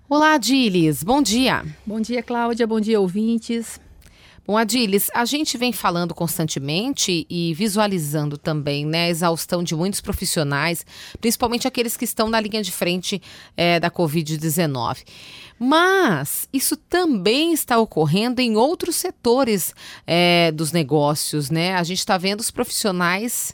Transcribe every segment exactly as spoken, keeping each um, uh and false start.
Olá, Adilis, bom dia. Bom dia, Cláudia, bom dia, ouvintes. Bom, Adilis, a gente vem falando constantemente e visualizando também, né, a exaustão de muitos profissionais, principalmente aqueles que estão na linha de frente é, da covid dezenove. Mas isso também está ocorrendo em outros setores é, dos negócios, né? A gente está vendo os profissionais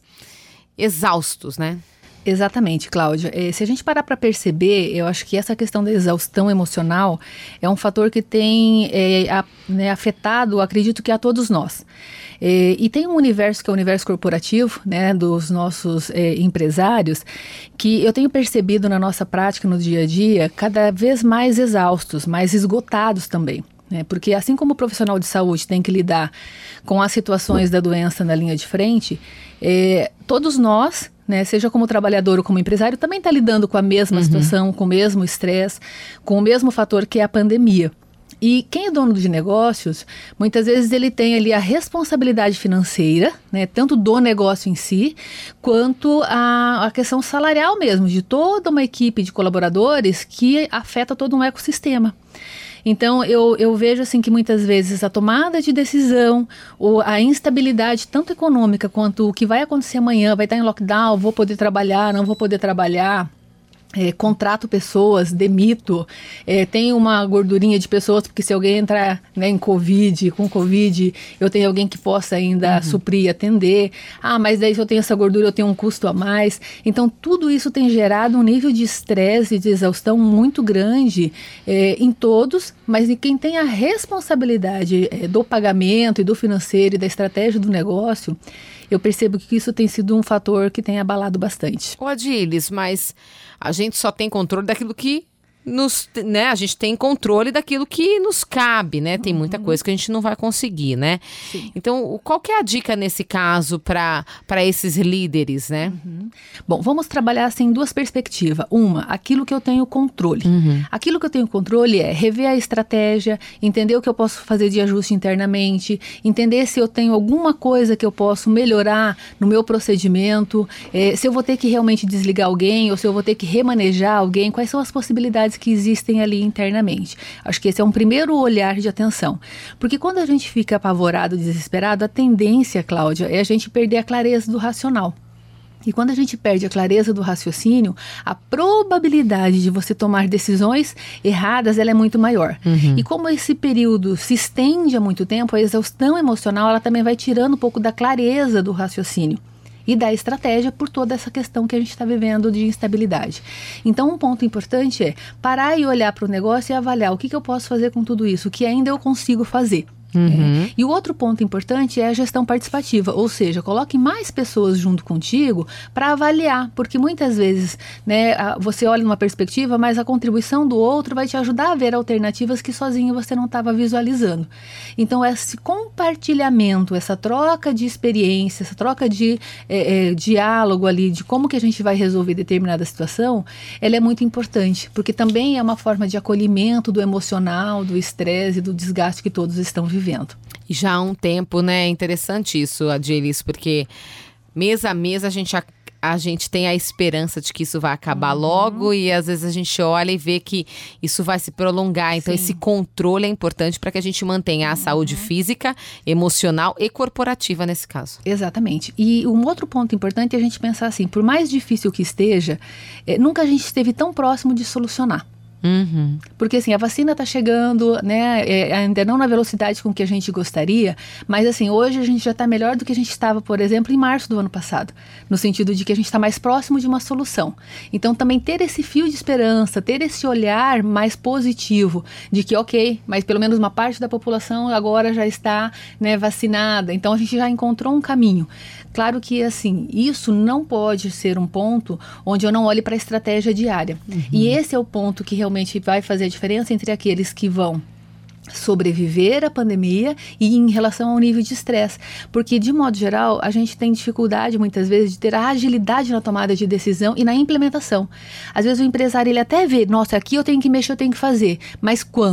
exaustos, né? Exatamente, Cláudia. É, se a gente parar para perceber, eu acho que essa questão da exaustão emocional é um fator que tem é, a, né, afetado, acredito que a todos nós. É, e tem um universo que é o universo corporativo, né, dos nossos é, empresários, que eu tenho percebido na nossa prática, no dia a dia, cada vez mais exaustos, mais esgotados também. É, porque assim como o profissional de saúde tem que lidar com as situações da doença na linha de frente, é, todos nós, né, seja como trabalhador ou como empresário, também está lidando com a mesma uhum. situação, com o mesmo estresse, com o mesmo fator que é a pandemia. E quem é dono de negócios, muitas vezes ele tem ali a responsabilidade financeira, né, tanto do negócio em si, quanto a, a questão salarial mesmo, de toda uma equipe de colaboradores que afeta todo um ecossistema. Então, eu, eu vejo assim que muitas vezes a tomada de decisão, ou a instabilidade tanto econômica quanto o que vai acontecer amanhã, vai estar em lockdown, vou poder trabalhar, não vou poder trabalhar, é, contrato pessoas, demito, é, tem uma gordurinha de pessoas, porque se alguém entrar, né, em Covid, com Covid, eu tenho alguém que possa ainda uhum. suprir e atender. Ah, mas daí se eu tenho essa gordura, eu tenho um custo a mais. Então, tudo isso tem gerado um nível de estresse e de exaustão muito grande é, em todos, mas em quem tem a responsabilidade é, do pagamento e do financeiro e da estratégia do negócio, eu percebo que isso tem sido um fator que tem abalado bastante. Ô, Adilis, mas a gente só tem controle daquilo que nos, né, a gente tem controle daquilo que nos cabe, né? Tem muita coisa que a gente não vai conseguir, né? Sim. Então, qual que é a dica nesse caso para para esses líderes, né? Uhum. Bom, vamos trabalhar assim em duas perspectivas. Uma, aquilo que eu tenho controle. Uhum. Aquilo que eu tenho controle é rever a estratégia, entender o que eu posso fazer de ajuste internamente, entender se eu tenho alguma coisa que eu posso melhorar no meu procedimento, é, se eu vou ter que realmente desligar alguém ou se eu vou ter que remanejar alguém, quais são as possibilidades que existem ali internamente. Acho que esse é um primeiro olhar de atenção. Porque quando a gente fica apavorado, desesperado, a tendência, Cláudia, é a gente perder a clareza do racional. E quando a gente perde a clareza do raciocínio, a probabilidade de você tomar decisões erradas, ela é muito maior. Uhum. E como esse período se estende há muito tempo, a exaustão emocional, ela também vai tirando um pouco da clareza do raciocínio e da estratégia por toda essa questão que a gente está vivendo de instabilidade. Então, um ponto importante é parar e olhar para o negócio e avaliar o que, que eu posso fazer com tudo isso, o que ainda eu consigo fazer. Uhum. É. E o outro ponto importante é a gestão participativa, ou seja, coloque mais pessoas junto contigo para avaliar, porque muitas vezes, né, a, você olha numa perspectiva, mas a contribuição do outro vai te ajudar a ver alternativas que sozinho você não estava visualizando. Então, esse compartilhamento, essa troca de experiência, essa troca de é, é, diálogo ali, de como que a gente vai resolver determinada situação, ela é muito importante, porque também é uma forma de acolhimento do emocional, do estresse, do desgaste que todos estão vivendo. E já há um tempo, né? É interessante isso, Adilis, porque mês a mês a gente, a, a gente tem a esperança de que isso vai acabar uhum. logo e às vezes a gente olha e vê que isso vai se prolongar. Então, Sim. esse controle é importante para que a gente mantenha a uhum. saúde física, emocional e corporativa nesse caso. Exatamente. E um outro ponto importante é a gente pensar assim, por mais difícil que esteja, é, nunca a gente esteve tão próximo de solucionar. Uhum. Porque assim, a vacina está chegando, né, é, ainda não na velocidade com que a gente gostaria, mas assim, hoje a gente já está melhor do que a gente estava, por exemplo, em março do ano passado, no sentido de que a gente está mais próximo de uma solução. Então também ter esse fio de esperança, ter esse olhar mais positivo de que ok, mas pelo menos uma parte da população agora já está, né, vacinada, então a gente já encontrou um caminho. Claro que assim, isso não pode ser um ponto onde eu não olhe para a estratégia diária. Uhum. E esse é o ponto que realmente vai fazer a diferença entre aqueles que vão sobreviver à pandemia e em relação ao nível de estresse, porque de modo geral a gente tem dificuldade muitas vezes de ter a agilidade na tomada de decisão e na implementação. Às vezes o empresário ele até vê, nossa, aqui eu tenho que mexer, eu tenho que fazer, mas quando?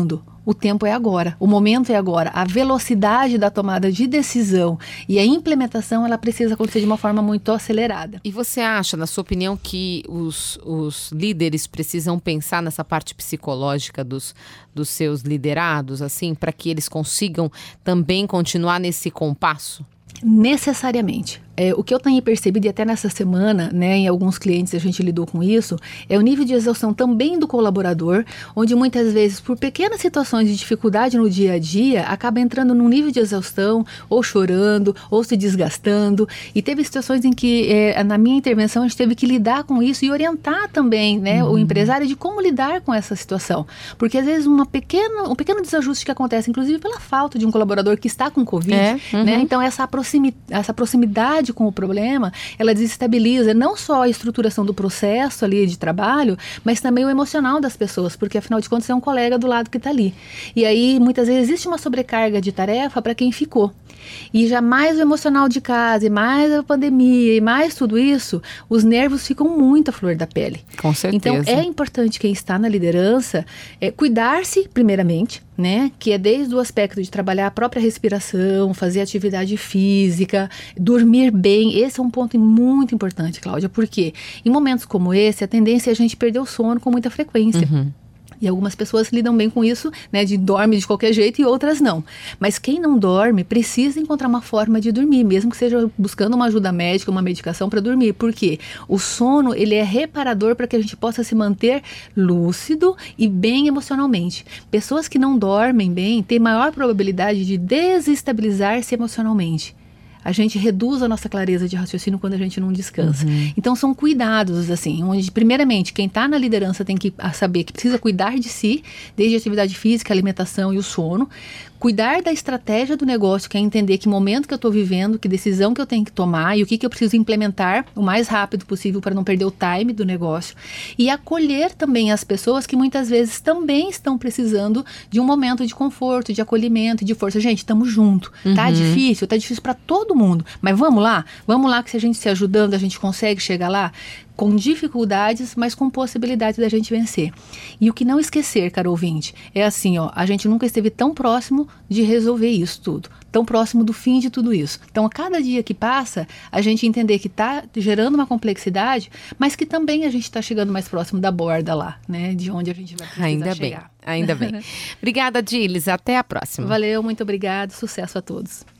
O tempo é agora, o momento é agora. A velocidade da tomada de decisão e a implementação, ela precisa acontecer de uma forma muito acelerada. E você acha, na sua opinião, que os, os líderes precisam pensar nessa parte psicológica dos, dos seus liderados, assim, para que eles consigam também continuar nesse compasso? Necessariamente. É, o que eu tenho percebido, e até nessa semana, né, em alguns clientes a gente lidou com isso, é o nível de exaustão também do colaborador, onde muitas vezes, por pequenas situações de dificuldade no dia a dia, acaba entrando num nível de exaustão, ou chorando, ou se desgastando. E teve situações em que, é, na minha intervenção, a gente teve que lidar com isso e orientar também, né, uhum. o empresário de como lidar com essa situação. Porque às vezes uma pequena, um pequeno desajuste que acontece, inclusive pela falta de um colaborador que está com Covid, é, uhum. né, então essa, aproximi- essa proximidade com o problema, ela desestabiliza não só a estruturação do processo ali de trabalho, mas também o emocional das pessoas, porque afinal de contas é um colega do lado que está ali. E aí muitas vezes existe uma sobrecarga de tarefa para quem ficou. E já mais o emocional de casa, e mais a pandemia, e mais tudo isso, os nervos ficam muito à flor da pele. Com certeza. Então é importante quem está na liderança é, cuidar-se primeiramente, né? Que é desde o aspecto de trabalhar a própria respiração, fazer atividade física, dormir bem. Esse é um ponto muito importante, Cláudia, porque em momentos como esse, a tendência é a gente perder o sono com muita frequência. Uhum. E algumas pessoas lidam bem com isso, né, de dorme de qualquer jeito e outras não. Mas quem não dorme precisa encontrar uma forma de dormir, mesmo que seja buscando uma ajuda médica, uma medicação para dormir. Por quê? O sono, ele é reparador para que a gente possa se manter lúcido e bem emocionalmente. Pessoas que não dormem bem têm maior probabilidade de desestabilizar-se emocionalmente. A gente reduz a nossa clareza de raciocínio quando a gente não descansa. Uhum. Então, são cuidados, assim, onde, primeiramente, quem está na liderança tem que saber que precisa cuidar de si, desde a atividade física, a alimentação e o sono. Cuidar da estratégia do negócio, que é entender que momento que eu estou vivendo, que decisão que eu tenho que tomar e o que, que eu preciso implementar o mais rápido possível para não perder o time do negócio. E acolher também as pessoas que muitas vezes também estão precisando de um momento de conforto, de acolhimento, de força. Gente, estamos juntos. Uhum. Tá difícil, tá difícil para todo mundo. Mas vamos lá? Vamos lá que se a gente se ajudando, a gente consegue chegar lá com dificuldades, mas com possibilidade da gente vencer. E o que não esquecer, caro ouvinte, é assim, ó, a gente nunca esteve tão próximo de resolver isso tudo, tão próximo do fim de tudo isso. Então, a cada dia que passa, a gente entender que está gerando uma complexidade, mas que também a gente está chegando mais próximo da borda lá, né, de onde a gente vai precisar ainda chegar. Bem, ainda bem. Obrigada, Dilis. Até a próxima. Valeu, muito obrigada. Sucesso a todos.